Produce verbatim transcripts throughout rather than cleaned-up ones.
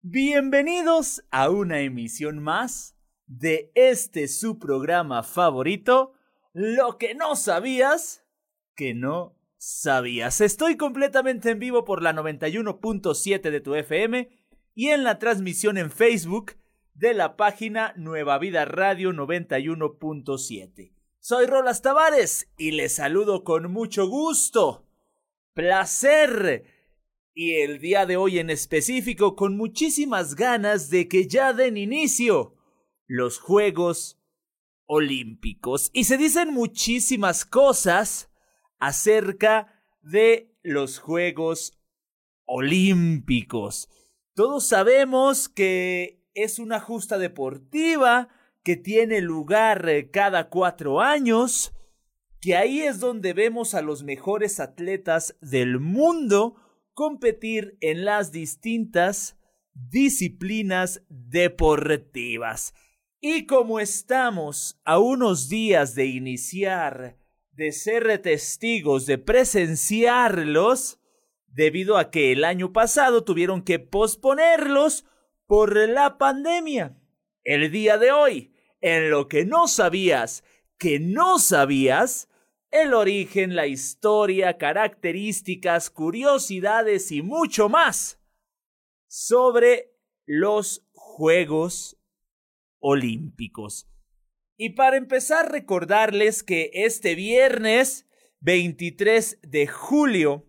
Bienvenidos a una emisión más de este su programa favorito, Lo que no sabías que no sabías. Estoy completamente en vivo por la noventa y uno punto siete de tu F M y en la transmisión en Facebook de la página Nueva Vida Radio noventa y uno punto siete. Soy Rolas Tavares y les saludo con mucho gusto, placer y el día de hoy en específico con muchísimas ganas de que ya den inicio los Juegos Olímpicos. Y se dicen muchísimas cosas acerca de los Juegos Olímpicos. Todos sabemos que es una justa deportiva que tiene lugar cada cuatro años, que ahí es donde vemos a los mejores atletas del mundo competir en las distintas disciplinas deportivas. Y como estamos a unos días de iniciar, de ser testigos, de presenciarlos, debido a que el año pasado tuvieron que posponerlos por la pandemia. El día de hoy, en lo que no sabías, que no sabías, el origen, la historia, características, curiosidades y mucho más sobre los Juegos Olímpicos. Y para empezar, recordarles que este viernes veintitrés de julio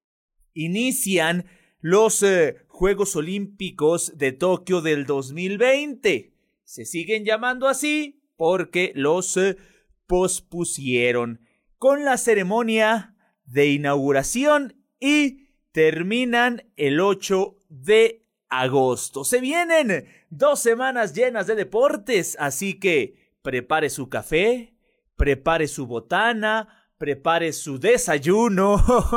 inician los eh, Juegos Olímpicos de Tokio del dos mil veinte. Se siguen llamando así porque los eh, pospusieron, con la ceremonia de inauguración y terminan el ocho de agosto. Se vienen dos semanas llenas de deportes, así que prepare su café, prepare su botana, prepare su desayuno,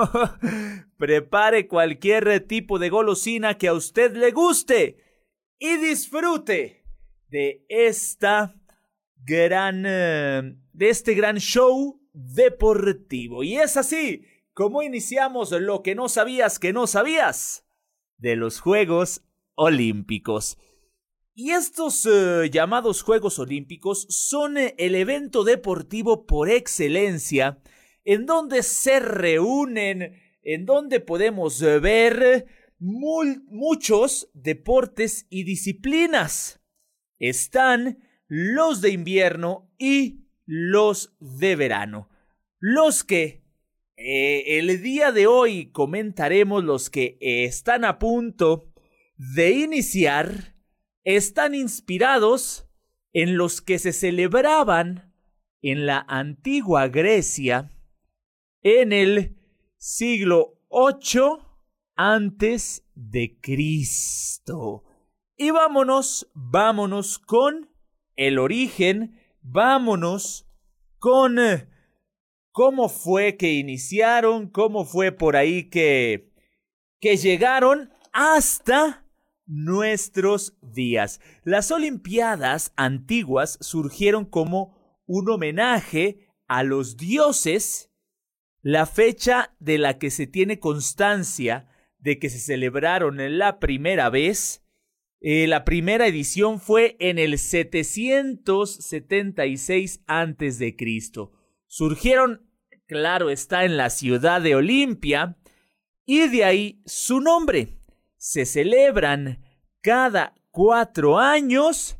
prepare cualquier tipo de golosina que a usted le guste y disfrute de esta gran, de este gran show deportivo. Y es así como iniciamos lo que no sabías que no sabías de los Juegos Olímpicos. Y estos uh, llamados Juegos Olímpicos son uh, el evento deportivo por excelencia en donde se reúnen, en donde podemos uh, ver muy, muchos deportes y disciplinas. Están los de invierno y los de verano. Los que eh, el día de hoy comentaremos, los que eh, están a punto de iniciar, están inspirados en los que se celebraban en la antigua Grecia en el siglo ocho antes de Cristo. Y vámonos, vámonos con el origen. Vámonos con eh, cómo fue que iniciaron, cómo fue por ahí que, que llegaron hasta nuestros días. Las Olimpiadas antiguas surgieron como un homenaje a los dioses. La fecha de la que se tiene constancia de que se celebraron la primera vez, Eh, la primera edición fue en el setecientos setenta y seis antes de Cristo. Surgieron, claro está, en la ciudad de Olimpia y de ahí su nombre. Se celebran cada cuatro años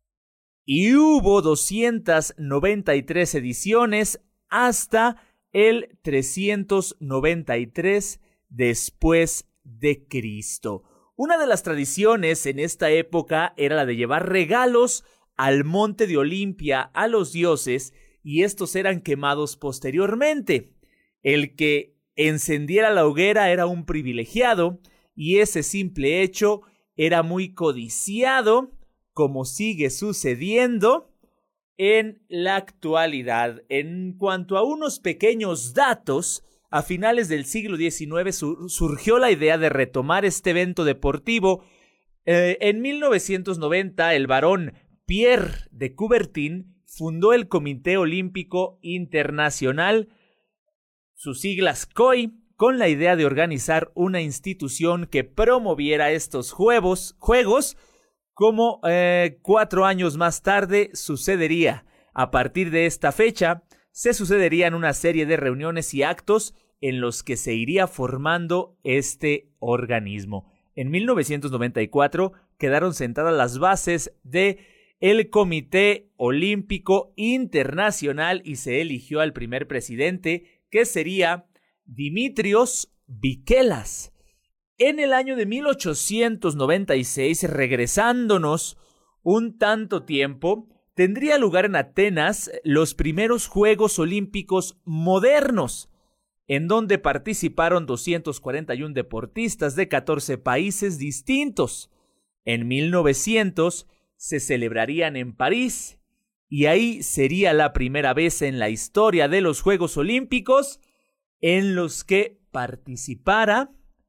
y hubo doscientas noventa y tres ediciones hasta el trescientos noventa y tres después de Cristo. Una de las tradiciones en esta época era la de llevar regalos al monte de Olimpia a los dioses y estos eran quemados posteriormente. El que encendiera la hoguera era un privilegiado y ese simple hecho era muy codiciado, como sigue sucediendo en la actualidad. En cuanto a unos pequeños datos, a finales del siglo diecinueve sur- surgió la idea de retomar este evento deportivo. Eh, en mil novecientos noventa, el barón Pierre de Coubertin fundó el Comité Olímpico Internacional, sus siglas C O I, con la idea de organizar una institución que promoviera estos juegos, juegos como eh, cuatro años más tarde sucedería. A partir de esta fecha, se sucederían una serie de reuniones y actos en los que se iría formando este organismo. En mil novecientos noventa y cuatro quedaron sentadas las bases de el Comité Olímpico Internacional y se eligió al primer presidente, que sería Dimitrios Bikelas. En el año de mil ochocientos noventa y seis, regresándonos un tanto tiempo, tendría lugar en Atenas los primeros Juegos Olímpicos modernos, en donde participaron doscientos cuarenta y uno deportistas de catorce países distintos. En mil novecientos se celebrarían en París, y ahí sería la primera vez en la historia de los Juegos Olímpicos en los que participara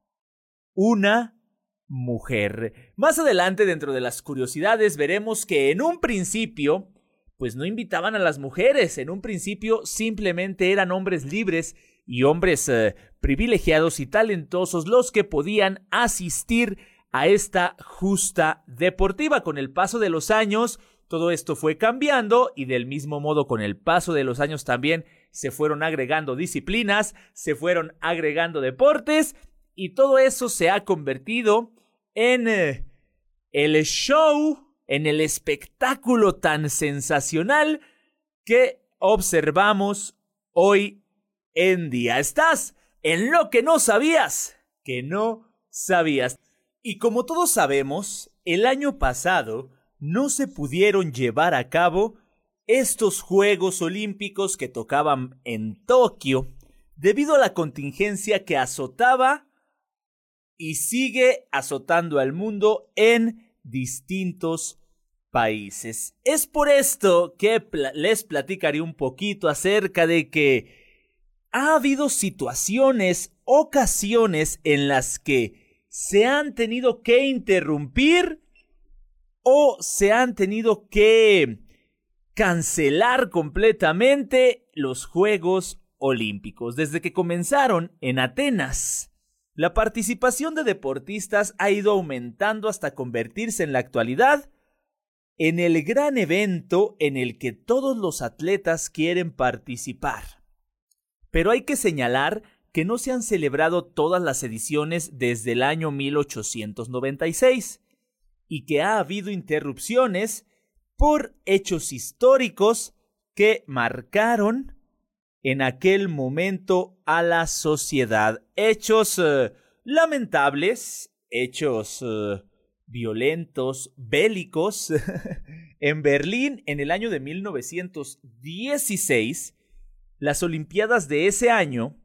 una mujer. Más adelante, dentro de las curiosidades, veremos que en un principio, pues no invitaban a las mujeres. En un principio simplemente eran hombres libres y hombres eh, privilegiados y talentosos los que podían asistir a esta justa deportiva. Con el paso de los años, todo esto fue cambiando y del mismo modo con el paso de los años también se fueron agregando disciplinas, se fueron agregando deportes y todo eso se ha convertido en eh, el show, en el espectáculo tan sensacional que observamos hoy en día. Estás en lo que no sabías, que no sabías. Y como todos sabemos, el año pasado no se pudieron llevar a cabo estos Juegos Olímpicos que tocaban en Tokio debido a la contingencia que azotaba y sigue azotando al mundo en distintos países. Es por esto que pl- les platicaré un poquito acerca de que ha habido situaciones, ocasiones en las que se han tenido que interrumpir o se han tenido que cancelar completamente los Juegos Olímpicos. Desde que comenzaron en Atenas, la participación de deportistas ha ido aumentando hasta convertirse en la actualidad en el gran evento en el que todos los atletas quieren participar. Pero hay que señalar que no se han celebrado todas las ediciones desde el año mil ochocientos noventa y seis y que ha habido interrupciones por hechos históricos que marcaron en aquel momento a la sociedad. Hechos uh, lamentables, hechos uh, violentos, bélicos. En Berlín, en el año de mil novecientos dieciséis, las Olimpiadas de ese año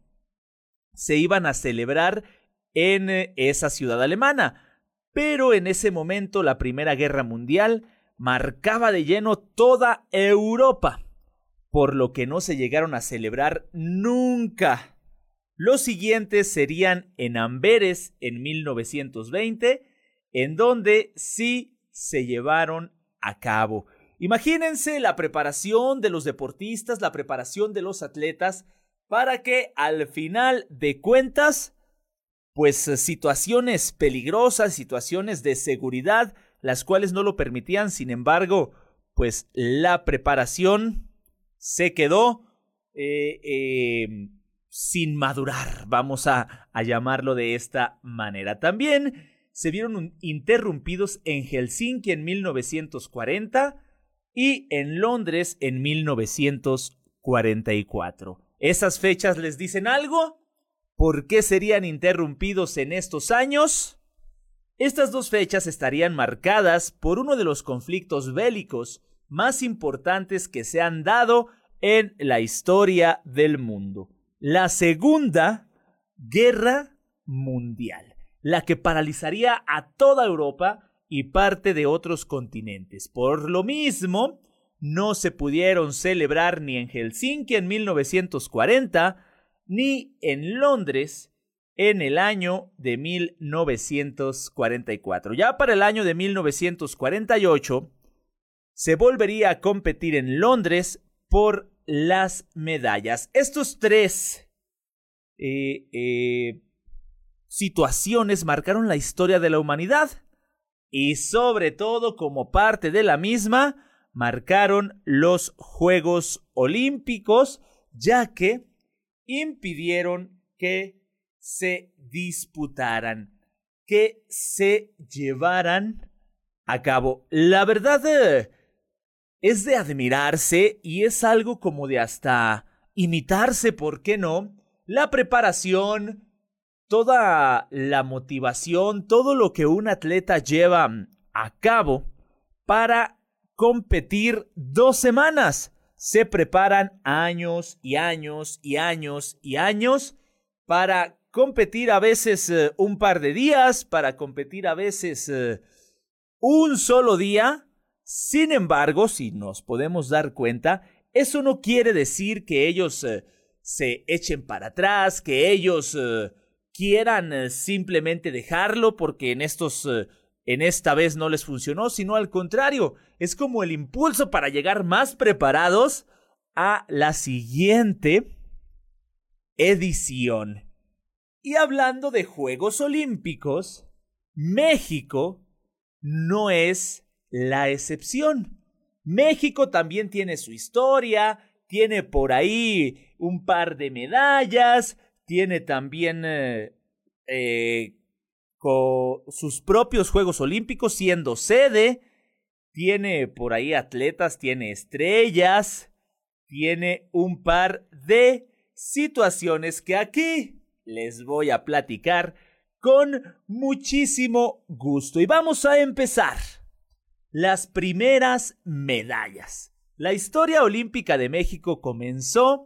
se iban a celebrar en eh, esa ciudad alemana, pero en ese momento la Primera Guerra Mundial marcaba de lleno toda Europa, por lo que no se llegaron a celebrar nunca. Los siguientes serían en Amberes en mil novecientos veinte, en donde sí se llevaron a cabo. Imagínense la preparación de los deportistas, la preparación de los atletas, para que al final de cuentas, pues situaciones peligrosas, situaciones de seguridad, las cuales no lo permitían. Sin embargo, pues la preparación se quedó eh, eh, sin madurar, vamos a, a llamarlo de esta manera. También se vieron interrumpidos en Helsinki en mil novecientos cuarenta y en Londres en mil novecientos cuarenta y cuatro. ¿Esas fechas les dicen algo? ¿Por qué serían interrumpidos en estos años? Estas dos fechas estarían marcadas por uno de los conflictos bélicos más importantes que se han dado en la historia del mundo. La Segunda Guerra Mundial, la que paralizaría a toda Europa y parte de otros continentes. Por lo mismo, no se pudieron celebrar ni en Helsinki en mil novecientos cuarenta, ni en Londres en el año de mil novecientos cuarenta y cuatro. Ya para el año de mil novecientos cuarenta y ocho se volvería a competir en Londres por las medallas. Estos tres eh, eh, situaciones marcaron la historia de la humanidad y sobre todo como parte de la misma marcaron los Juegos Olímpicos, ya que impidieron que se disputaran, que se llevaran a cabo. La verdad eh, es de admirarse y es algo como de hasta imitarse, ¿por qué no? La preparación, toda la motivación, todo lo que un atleta lleva a cabo para competir dos semanas. Se preparan años y años y años y años para competir a veces eh, un par de días, para competir a veces eh, un solo día. Sin embargo, si nos podemos dar cuenta, eso no quiere decir que ellos eh, se echen para atrás, que ellos eh, quieran eh, simplemente dejarlo porque en estos eh, en esta vez no les funcionó, sino al contrario, es como el impulso para llegar más preparados a la siguiente edición. Y hablando de Juegos Olímpicos, México no es la excepción. México también tiene su historia, tiene por ahí un par de medallas, tiene también eh, eh, con sus propios Juegos Olímpicos siendo sede, tiene por ahí atletas, tiene estrellas, tiene un par de situaciones que aquí les voy a platicar con muchísimo gusto. Y vamos a empezar. Las primeras medallas. La historia olímpica de México comenzó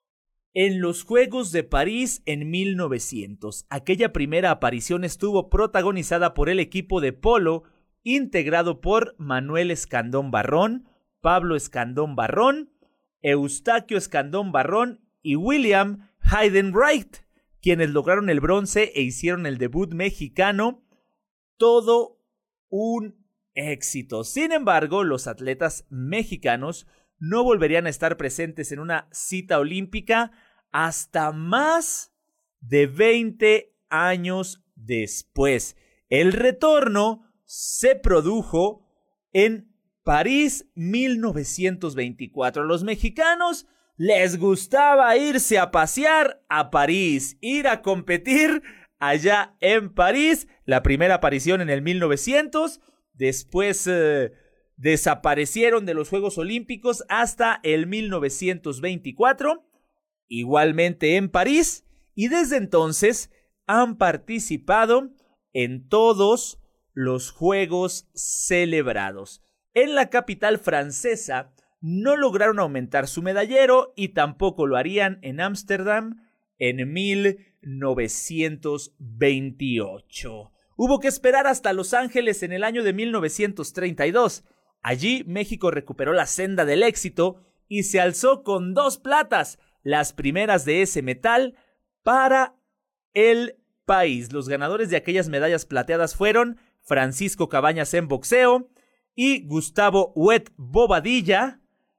en los Juegos de París en mil novecientos. Aquella primera aparición estuvo protagonizada por el equipo de polo integrado por Manuel Escandón Barrón, Pablo Escandón Barrón, Eustaquio Escandón Barrón y William Hayden Wright, quienes lograron el bronce e hicieron el debut mexicano. Todo un éxito. Sin embargo, los atletas mexicanos no volverían a estar presentes en una cita olímpica hasta más de veinte años después. El retorno se produjo en París mil novecientos veinticuatro. A los mexicanos les gustaba irse a pasear a París, ir a competir allá en París. La primera aparición en el mil novecientos, después eh, desaparecieron de los Juegos Olímpicos hasta el mil novecientos veinticuatro, igualmente en París, y desde entonces han participado en todos los Juegos celebrados. En la capital francesa no lograron aumentar su medallero y tampoco lo harían en Ámsterdam en mil novecientos veintiocho. Hubo que esperar hasta Los Ángeles en el año de mil novecientos treinta y dos. Allí México recuperó la senda del éxito y se alzó con dos platas, las primeras de ese metal para el país. Los ganadores de aquellas medallas plateadas fueron Francisco Cabañas en boxeo y Gustavo Huet Bobadilla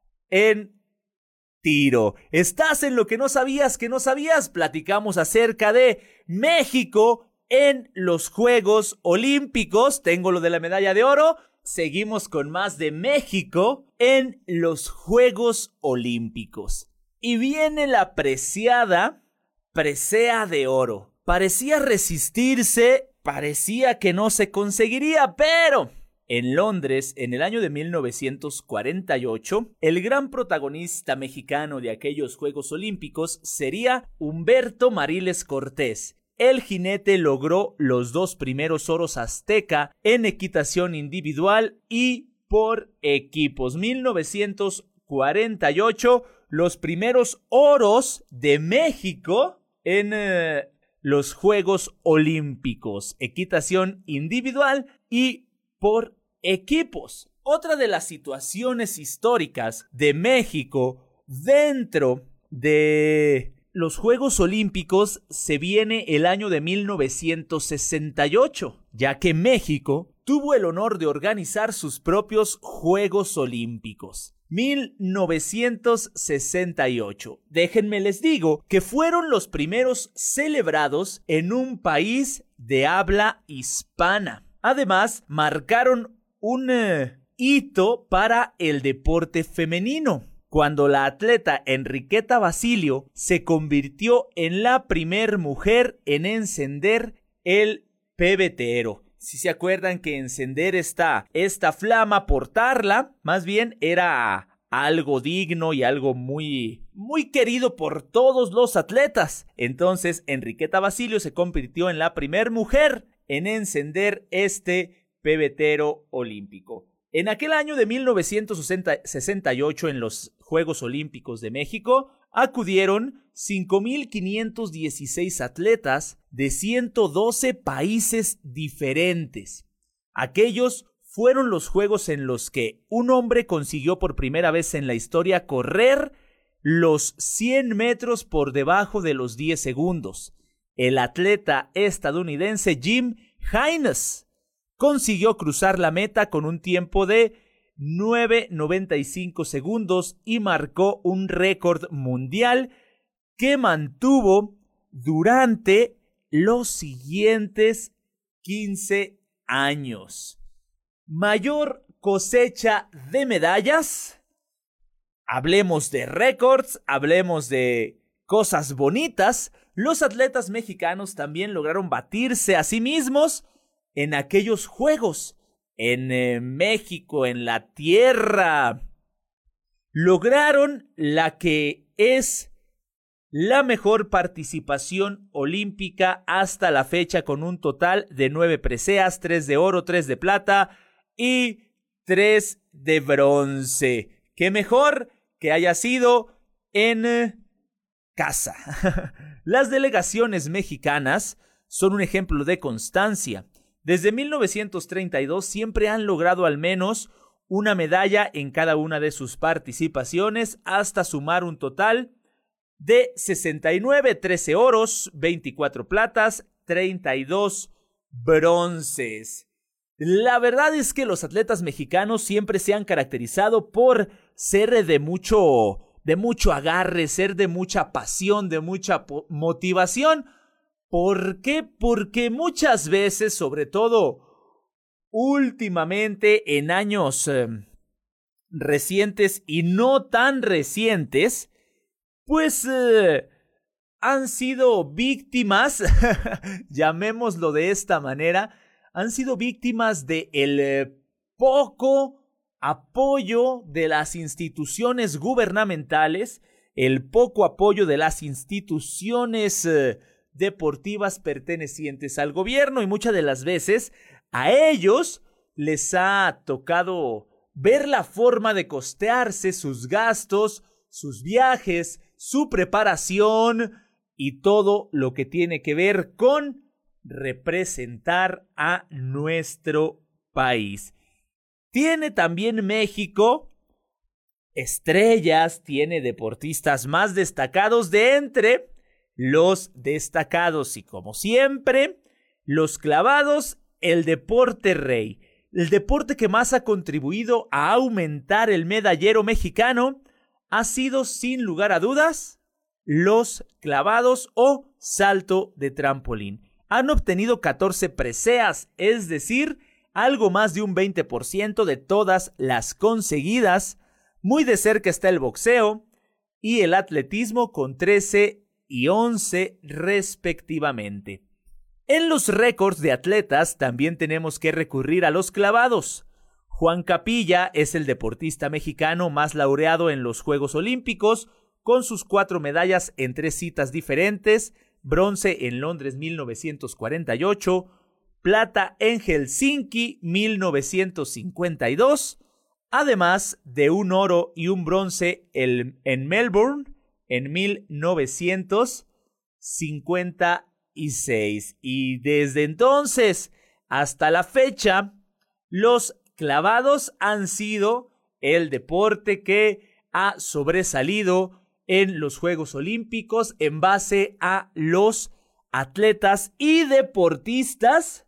en tiro. ¿Estás en lo que no sabías que no sabías? Platicamos acerca de México en los Juegos Olímpicos. Tengo lo de la medalla de oro. Seguimos con más de México en los Juegos Olímpicos. Y viene la preciada presea de oro. Parecía resistirse, parecía que no se conseguiría, pero en Londres, en el año de mil novecientos cuarenta y ocho, el gran protagonista mexicano de aquellos Juegos Olímpicos sería Humberto Mariles Cortés. El jinete logró los dos primeros oros azteca en equitación individual y por equipos. mil novecientos cuarenta y ocho, los primeros oros de México en eh, los Juegos Olímpicos, equitación individual y por equipos. Otra de las situaciones históricas de México dentro de los Juegos Olímpicos se viene el año de mil novecientos sesenta y ocho, ya que México tuvo el honor de organizar sus propios Juegos Olímpicos. mil novecientos sesenta y ocho. Déjenme les digo que fueron los primeros celebrados en un país de habla hispana. Además, marcaron un eh, hito para el deporte femenino, cuando la atleta Enriqueta Basilio se convirtió en la primer mujer en encender el pebetero. Si se acuerdan que encender esta, esta flama, portarla, más bien era algo digno y algo muy, muy querido por todos los atletas. Entonces, Enriqueta Basilio se convirtió en la primer mujer en encender este pebetero olímpico. En aquel año de mil novecientos sesenta y ocho, en los Juegos Olímpicos de México, acudieron cinco mil quinientos dieciséis atletas de ciento doce países diferentes. Aquellos fueron los juegos en los que un hombre consiguió por primera vez en la historia correr los cien metros por debajo de los diez segundos. El atleta estadounidense Jim Haines consiguió cruzar la meta con un tiempo de nueve noventa y cinco segundos y marcó un récord mundial que mantuvo durante los siguientes quince años. Mayor cosecha de medallas. Hablemos de récords, hablemos de cosas bonitas. Los atletas mexicanos también lograron batirse a sí mismos en aquellos juegos. En eh, México, en la tierra, lograron la que es la mejor participación olímpica hasta la fecha, con un total de nueve preseas, tres de oro, tres de plata y tres de bronce. ¡Qué mejor que haya sido en casa! Las delegaciones mexicanas son un ejemplo de constancia. Desde mil novecientos treinta y dos siempre han logrado al menos una medalla en cada una de sus participaciones, hasta sumar un total de sesenta y nueve, trece oros, veinticuatro platas, treinta y dos bronces. La verdad es que los atletas mexicanos siempre se han caracterizado por ser de mucho, de mucho agarre, ser de mucha pasión, de mucha motivación. ¿Por qué? Porque muchas veces, sobre todo últimamente, en años eh, recientes y no tan recientes, pues eh, han sido víctimas, llamémoslo de esta manera, han sido víctimas de el eh, poco apoyo de las instituciones gubernamentales, el poco apoyo de las instituciones eh, deportivas pertenecientes al gobierno, y muchas de las veces a ellos les ha tocado ver la forma de costearse sus gastos, sus viajes, su preparación y todo lo que tiene que ver con representar a nuestro país. Tiene también México estrellas, tiene deportistas más destacados de entre los destacados, y como siempre, los clavados, el deporte rey, el deporte que más ha contribuido a aumentar el medallero mexicano, ha sido sin lugar a dudas los clavados o salto de trampolín. Han obtenido catorce preseas, es decir, algo más de un veinte por ciento de todas las conseguidas. Muy de cerca está el boxeo y el atletismo con trece y once respectivamente. En los récords de atletas también tenemos que recurrir a los clavados. Juan Capilla es el deportista mexicano más laureado en los Juegos Olímpicos, con sus cuatro medallas en tres citas diferentes: bronce en Londres mil novecientos cuarenta y ocho, plata en Helsinki mil novecientos cincuenta y dos, además de un oro y un bronce en Melbourne en mil novecientos cincuenta y seis. Y desde entonces hasta la fecha, los clavados han sido el deporte que ha sobresalido en los Juegos Olímpicos en base a los atletas y deportistas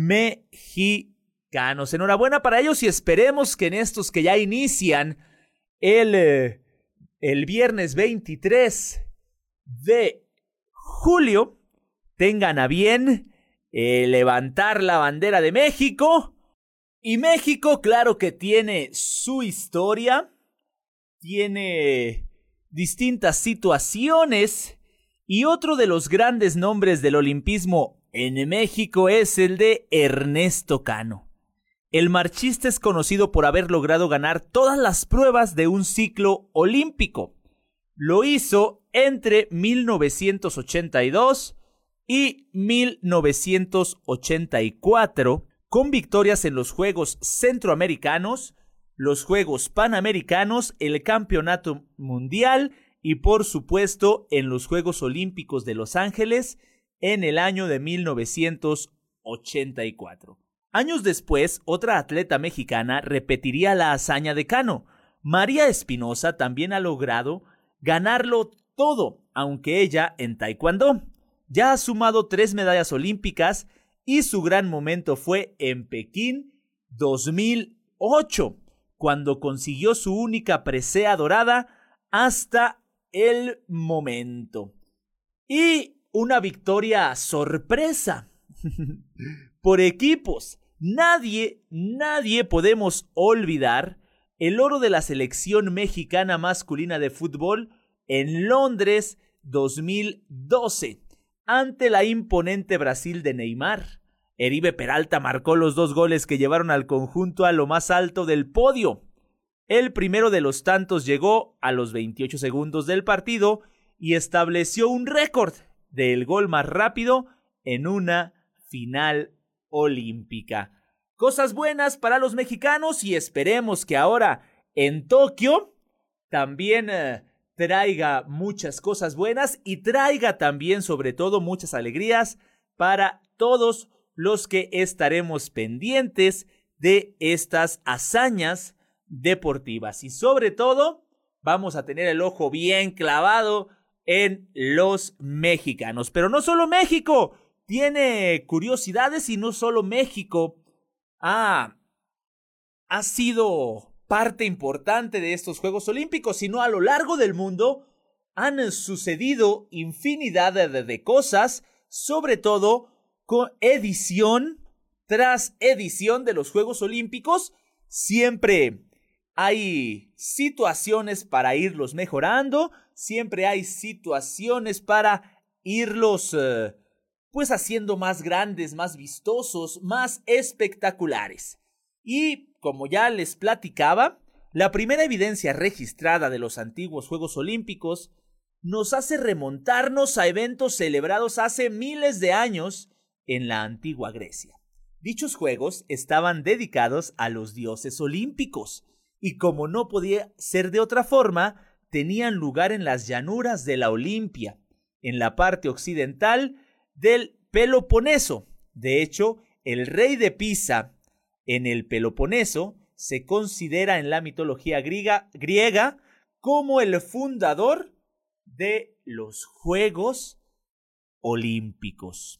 mexicanos. Enhorabuena para ellos y esperemos que en estos que ya inician el, eh, el viernes veintitrés de julio tengan a bien eh, levantar la bandera de México. Y México, claro que tiene su historia, tiene distintas situaciones, y otro de los grandes nombres del olimpismo en México es el de Ernesto Cano. El marchista es conocido por haber logrado ganar todas las pruebas de un ciclo olímpico. Lo hizo entre mil novecientos ochenta y dos y mil novecientos ochenta y cuatro, con victorias en los Juegos Centroamericanos, los Juegos Panamericanos, el Campeonato Mundial y, por supuesto, en los Juegos Olímpicos de Los Ángeles en el año de mil novecientos ochenta y cuatro. Años después, otra atleta mexicana repetiría la hazaña de Cano. María Espinosa también ha logrado ganarlo todo, aunque ella en taekwondo. Ya ha sumado tres medallas olímpicas y su gran momento fue en Pekín dos mil ocho, cuando consiguió su única presea dorada hasta el momento. Y una victoria sorpresa por equipos. Nadie, nadie podemos olvidar el oro de la selección mexicana masculina de fútbol en Londres dos mil doce, ante la imponente Brasil de Neymar. Eribe Peralta marcó los dos goles que llevaron al conjunto a lo más alto del podio. El primero de los tantos llegó a los veintiocho segundos del partido y estableció un récord del gol más rápido en una final olímpica. Cosas buenas para los mexicanos, y esperemos que ahora en Tokio también eh, traiga muchas cosas buenas y traiga también, sobre todo, muchas alegrías para todos los que estaremos pendientes de estas hazañas deportivas. Y sobre todo, vamos a tener el ojo bien clavado en los mexicanos. Pero no solo México tiene curiosidades, y no solo México ha, ha sido parte importante de estos Juegos Olímpicos, sino a lo largo del mundo han sucedido infinidad de, de cosas, sobre todo con edición tras edición de los Juegos Olímpicos. Siempre hay situaciones para irlos mejorando, siempre hay situaciones para irlos eh, pues haciendo más grandes, más vistosos, más espectaculares. Y como ya les platicaba, la primera evidencia registrada de los antiguos Juegos Olímpicos nos hace remontarnos a eventos celebrados hace miles de años en la antigua Grecia. Dichos juegos estaban dedicados a los dioses olímpicos, y como no podía ser de otra forma, tenían lugar en las llanuras de la Olimpia, en la parte occidental del Peloponeso. De hecho, el rey de Pisa en el Peloponeso se considera en la mitología griega, griega como el fundador de los Juegos Olímpicos.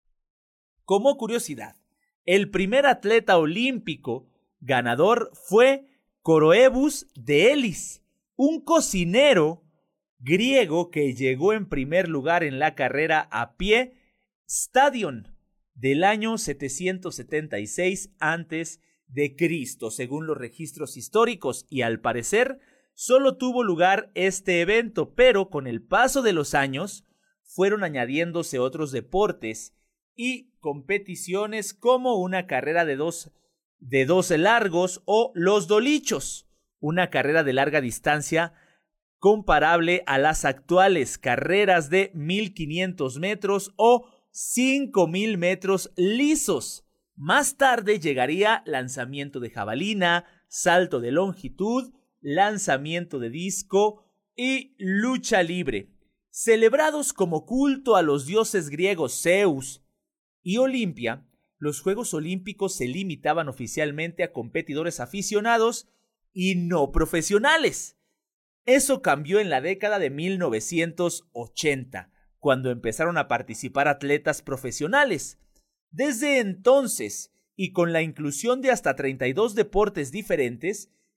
Como curiosidad, el primer atleta olímpico ganador fue Coroebus de Elis, un cocinero griego que llegó en primer lugar en la carrera a pie Stadion del año setecientos setenta y seis antes de Cristo, según los registros históricos, y al parecer solo tuvo lugar este evento, pero con el paso de los años fueron añadiéndose otros deportes y competiciones, como una carrera de dos, de dos largos o los dolichos, una carrera de larga distancia comparable a las actuales carreras de mil quinientos metros o cinco mil metros lisos. Más tarde llegaría lanzamiento de jabalina, salto de longitud, lanzamiento de disco y lucha libre. Celebrados como culto a los dioses griegos Zeus y Olimpia, los Juegos Olímpicos se limitaban oficialmente a competidores aficionados y no profesionales. Eso cambió en la década de mil novecientos ochenta, cuando empezaron a participar atletas profesionales. Desde entonces, y con la inclusión de hasta treinta y dos deportes diferentes,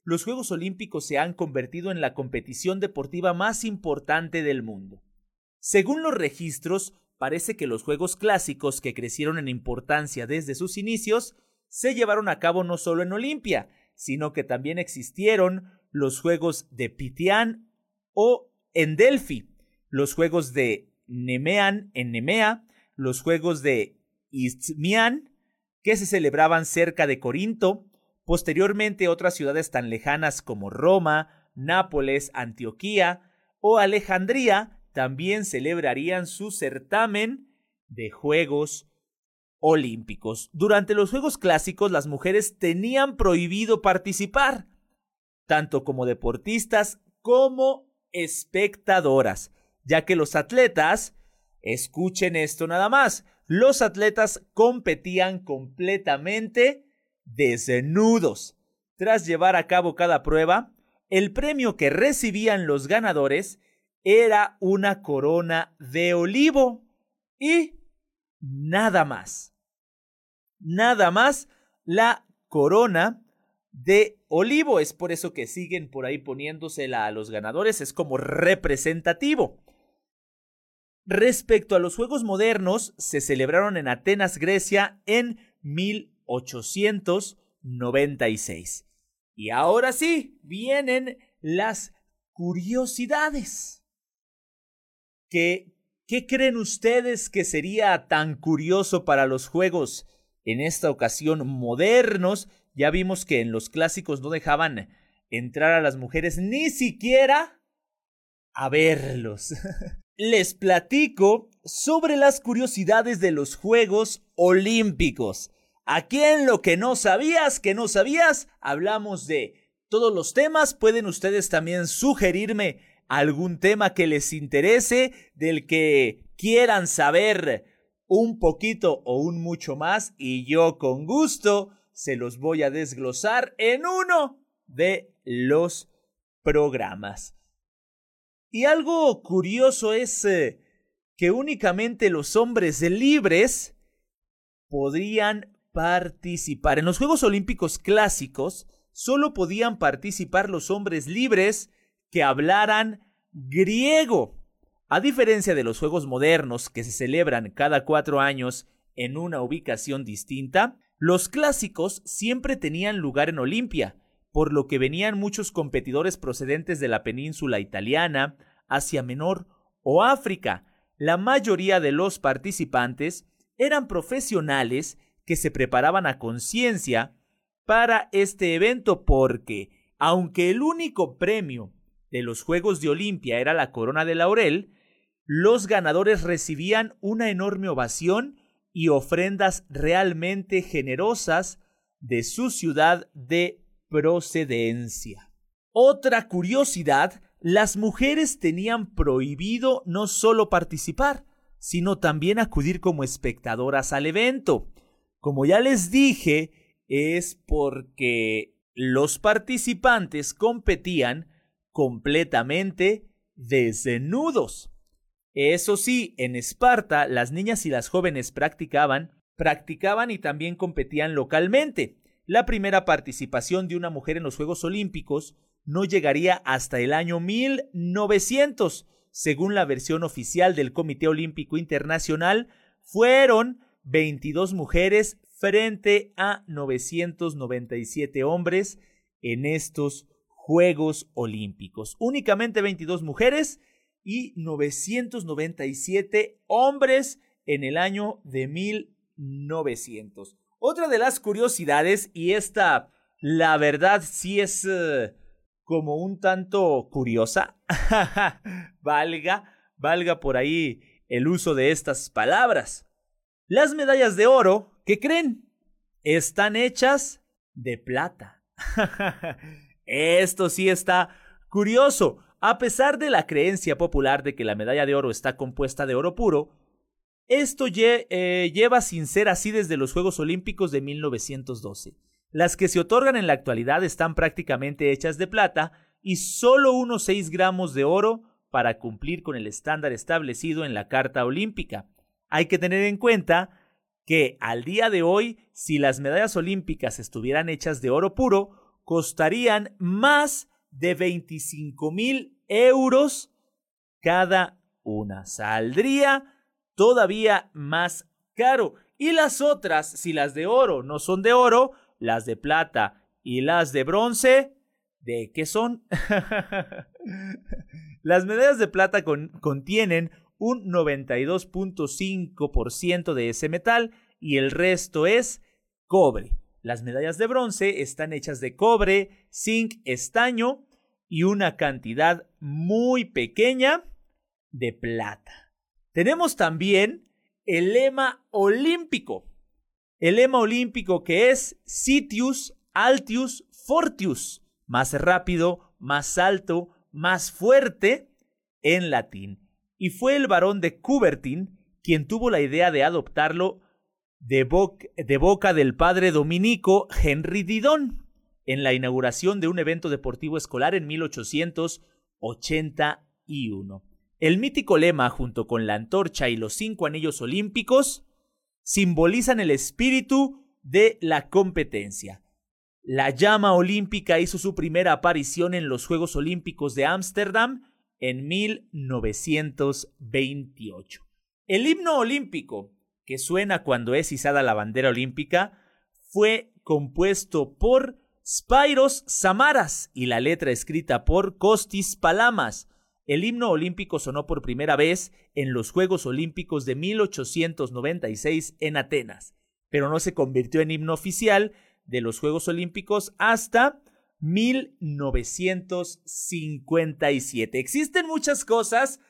los Juegos Olímpicos se han convertido en la competición deportiva más importante del mundo. Según los registros, parece que los Juegos Clásicos, que crecieron en importancia desde sus inicios, se llevaron a cabo no solo en Olimpia, sino que también existieron los Juegos de Pitián o en Delfi, los Juegos de Nemean en Nemea, los Juegos de Isthmian, que se celebraban cerca de Corinto. Posteriormente, otras ciudades tan lejanas como Roma, Nápoles, Antioquía o Alejandría también celebrarían su certamen de Juegos Olímpicos. Durante los Juegos Clásicos, las mujeres tenían prohibido participar, tanto como deportistas como espectadoras, ya que los atletas, escuchen esto nada más, los atletas competían completamente desnudos. Tras llevar a cabo cada prueba, el premio que recibían los ganadores era una corona de olivo y nada más. Nada más la corona de olivo. Es por eso que siguen por ahí poniéndosela a los ganadores. Es como representativo. Respecto a los Juegos modernos, se celebraron en Atenas, Grecia, en mil ochocientos noventa y seis. Y ahora sí, vienen las curiosidades. ¿Qué, ¿Qué creen ustedes que sería tan curioso para los Juegos en esta ocasión modernos? Ya vimos que en los clásicos no dejaban entrar a las mujeres ni siquiera a verlos. Les platico sobre las curiosidades de los Juegos Olímpicos. Aquí en Lo que no sabías, que no sabías, hablamos de todos los temas. Pueden ustedes también sugerirme algún tema que les interese, del que quieran saber un poquito o un mucho más, y yo con gusto se los voy a desglosar en uno de los programas. Y algo curioso es eh, que únicamente los hombres libres podrían participar. En los Juegos Olímpicos clásicos solo podían participar los hombres libres que hablaran griego. A diferencia de los Juegos modernos, que se celebran cada cuatro años en una ubicación distinta, los clásicos siempre tenían lugar en Olimpia, por lo que venían muchos competidores procedentes de la península italiana, Asia Menor o África. La mayoría de los participantes eran profesionales que se preparaban a conciencia para este evento, porque, aunque el único premio de los Juegos de Olimpia era la corona de laurel, los ganadores recibían una enorme ovación y ofrendas realmente generosas de su ciudad de procedencia. Otra curiosidad, las mujeres tenían prohibido no solo participar, sino también acudir como espectadoras al evento. Como ya les dije, es porque los participantes competían completamente desnudos. Eso sí, en Esparta, las niñas y las jóvenes practicaban, practicaban y también competían localmente. La primera participación de una mujer en los Juegos Olímpicos no llegaría hasta el año mil novecientos. Según la versión oficial del Comité Olímpico Internacional, fueron veintidós mujeres frente a novecientos noventa y siete hombres en estos Juegos Olímpicos. Únicamente veintidós mujeres y novecientos noventa y siete hombres en el año de mil novecientos. Otra de las curiosidades, y esta la verdad sí es uh, como un tanto curiosa, valga, valga por ahí el uso de estas palabras. Las medallas de oro, ¿qué creen? Están hechas de plata. Esto sí está curioso. A pesar de la creencia popular de que la medalla de oro está compuesta de oro puro, esto lle- eh, lleva sin ser así desde los Juegos Olímpicos de mil novecientos doce. Las que se otorgan en la actualidad están prácticamente hechas de plata y solo unos seis gramos de oro para cumplir con el estándar establecido en la Carta Olímpica. Hay que tener en cuenta que al día de hoy, si las medallas olímpicas estuvieran hechas de oro puro, costarían más de veinticinco mil euros cada una. Saldría todavía más caro. Y las otras, si las de oro no son de oro, las de plata y las de bronce, ¿de qué son? Las medallas de plata con, contienen un noventa y dos punto cinco por ciento de ese metal y el resto es cobre. Las medallas de bronce están hechas de cobre, zinc, estaño y una cantidad muy pequeña de plata. Tenemos también el lema olímpico. El lema olímpico que es Citius, Altius, Fortius. Más rápido, más alto, más fuerte en latín. Y fue el barón de Coubertin quien tuvo la idea de adoptarlo de, bo- de boca del padre dominico Henry Didon en la inauguración de un evento deportivo escolar en mil ochocientos ochenta y uno. El mítico lema, junto con la antorcha y los cinco anillos olímpicos, simbolizan el espíritu de la competencia. La llama olímpica hizo su primera aparición en los Juegos Olímpicos de Ámsterdam en mil novecientos veintiocho. El himno olímpico, que suena cuando es izada la bandera olímpica, fue compuesto por Spyros Samaras y la letra escrita por Kostis Palamas. El himno olímpico sonó por primera vez en los Juegos Olímpicos de mil ochocientos noventa y seis en Atenas, pero no se convirtió en himno oficial de los Juegos Olímpicos hasta mil novecientos cincuenta y siete. Existen muchas cosas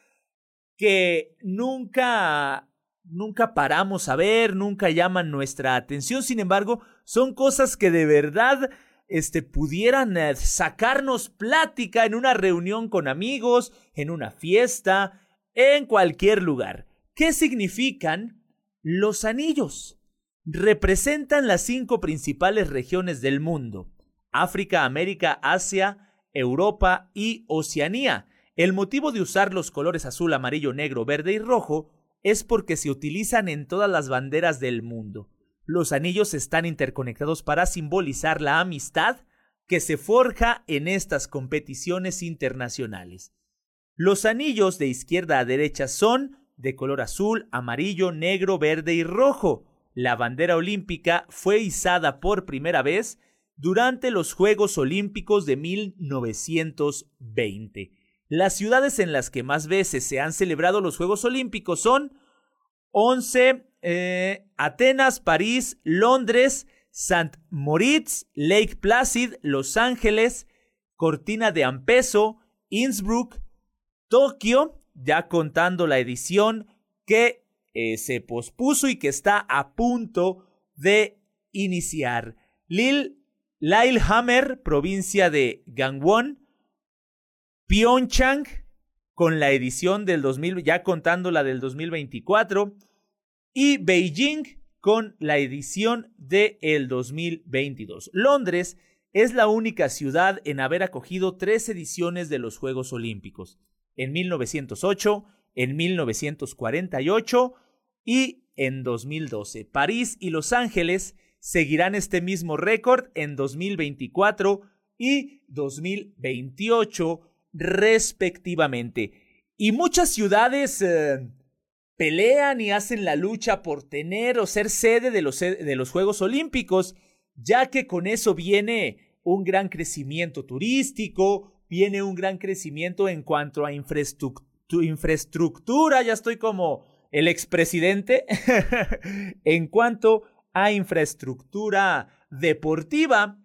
que nunca, nunca paramos a ver, nunca llaman nuestra atención. Sin embargo, son cosas que de verdad este, pudieran eh, sacarnos plática en una reunión con amigos, en una fiesta, en cualquier lugar. ¿Qué significan los anillos? Representan las cinco principales regiones del mundo: África, América, Asia, Europa y Oceanía. El motivo de usar los colores azul, amarillo, negro, verde y rojo es porque se utilizan en todas las banderas del mundo. Los anillos están interconectados para simbolizar la amistad que se forja en estas competiciones internacionales. Los anillos de izquierda a derecha son de color azul, amarillo, negro, verde y rojo. La bandera olímpica fue izada por primera vez durante los Juegos Olímpicos de mil novecientos veinte. Las ciudades en las que más veces se han celebrado los Juegos Olímpicos son once, eh, Atenas, París, Londres, Saint Moritz, Lake Placid, Los Ángeles, Cortina de Ampezzo, Innsbruck, Tokio, ya contando la edición que eh, se pospuso y que está a punto de iniciar. Lille, Lillehammer, provincia de Gangwon, Pyeongchang, con la edición del dos mil, ya contando la del dos mil veinticuatro, y Beijing con la edición del dos mil veintidós. Londres es la única ciudad en haber acogido tres ediciones de los Juegos Olímpicos, en mil novecientos ocho, en mil novecientos cuarenta y ocho y en dos mil doce. París y Los Ángeles seguirán este mismo récord en dos mil veinticuatro y dos mil veintiocho respectivamente. Y muchas ciudades eh, pelean y hacen la lucha por tener o ser sede de los, de los Juegos Olímpicos, ya que con eso viene un gran crecimiento turístico, viene un gran crecimiento en cuanto a infraestructura, infraestructura, ya estoy como el expresidente, en cuanto a infraestructura deportiva,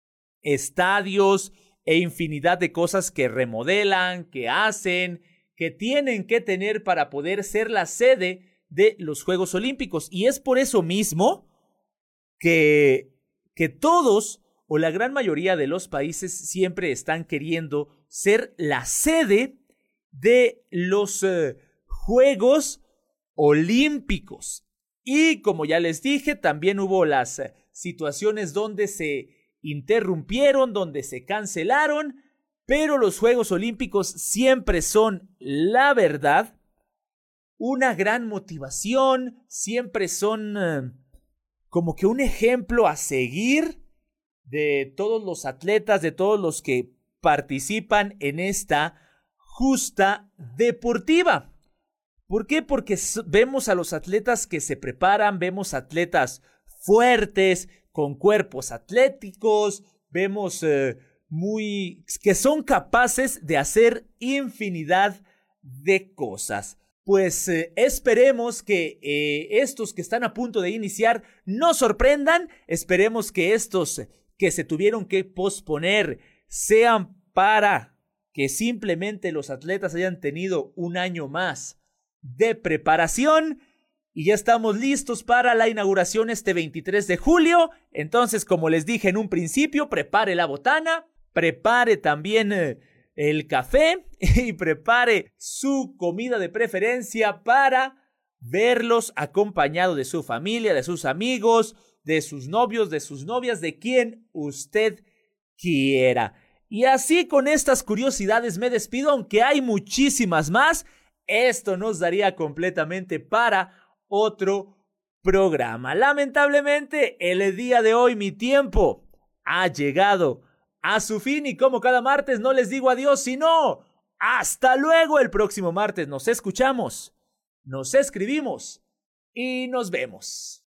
estadios e infinidad de cosas que remodelan, que hacen, que tienen que tener para poder ser la sede de los Juegos Olímpicos. Y es por eso mismo que, que todos o la gran mayoría de los países siempre están queriendo ser la sede de los eh, Juegos Olímpicos. Y como ya les dije, también hubo las eh, situaciones donde se interrumpieron, donde se cancelaron, pero los Juegos Olímpicos siempre son, la verdad, una gran motivación, siempre son eh, como que un ejemplo a seguir de todos los atletas, de todos los que participan en esta justa deportiva. ¿Por qué? Porque vemos a los atletas que se preparan, vemos atletas fuertes, con cuerpos atléticos, vemos eh, muy que son capaces de hacer infinidad de cosas. Pues eh, esperemos que eh, estos que están a punto de iniciar nos sorprendan, esperemos que estos que se tuvieron que posponer sean para que simplemente los atletas hayan tenido un año más de preparación y ya estamos listos para la inauguración este veintitrés de julio. Entonces, como les dije en un principio, prepare la botana, prepare también eh, el café y prepare su comida de preferencia para verlos acompañado de su familia, de sus amigos, de sus novios, de sus novias, de quien usted quiera. Y así con estas curiosidades me despido, aunque hay muchísimas más. Esto nos daría completamente para otro programa. Lamentablemente, el día de hoy mi tiempo ha llegado a su fin y como cada martes no les digo adiós, sino hasta luego. El próximo martes nos escuchamos, nos escribimos y nos vemos.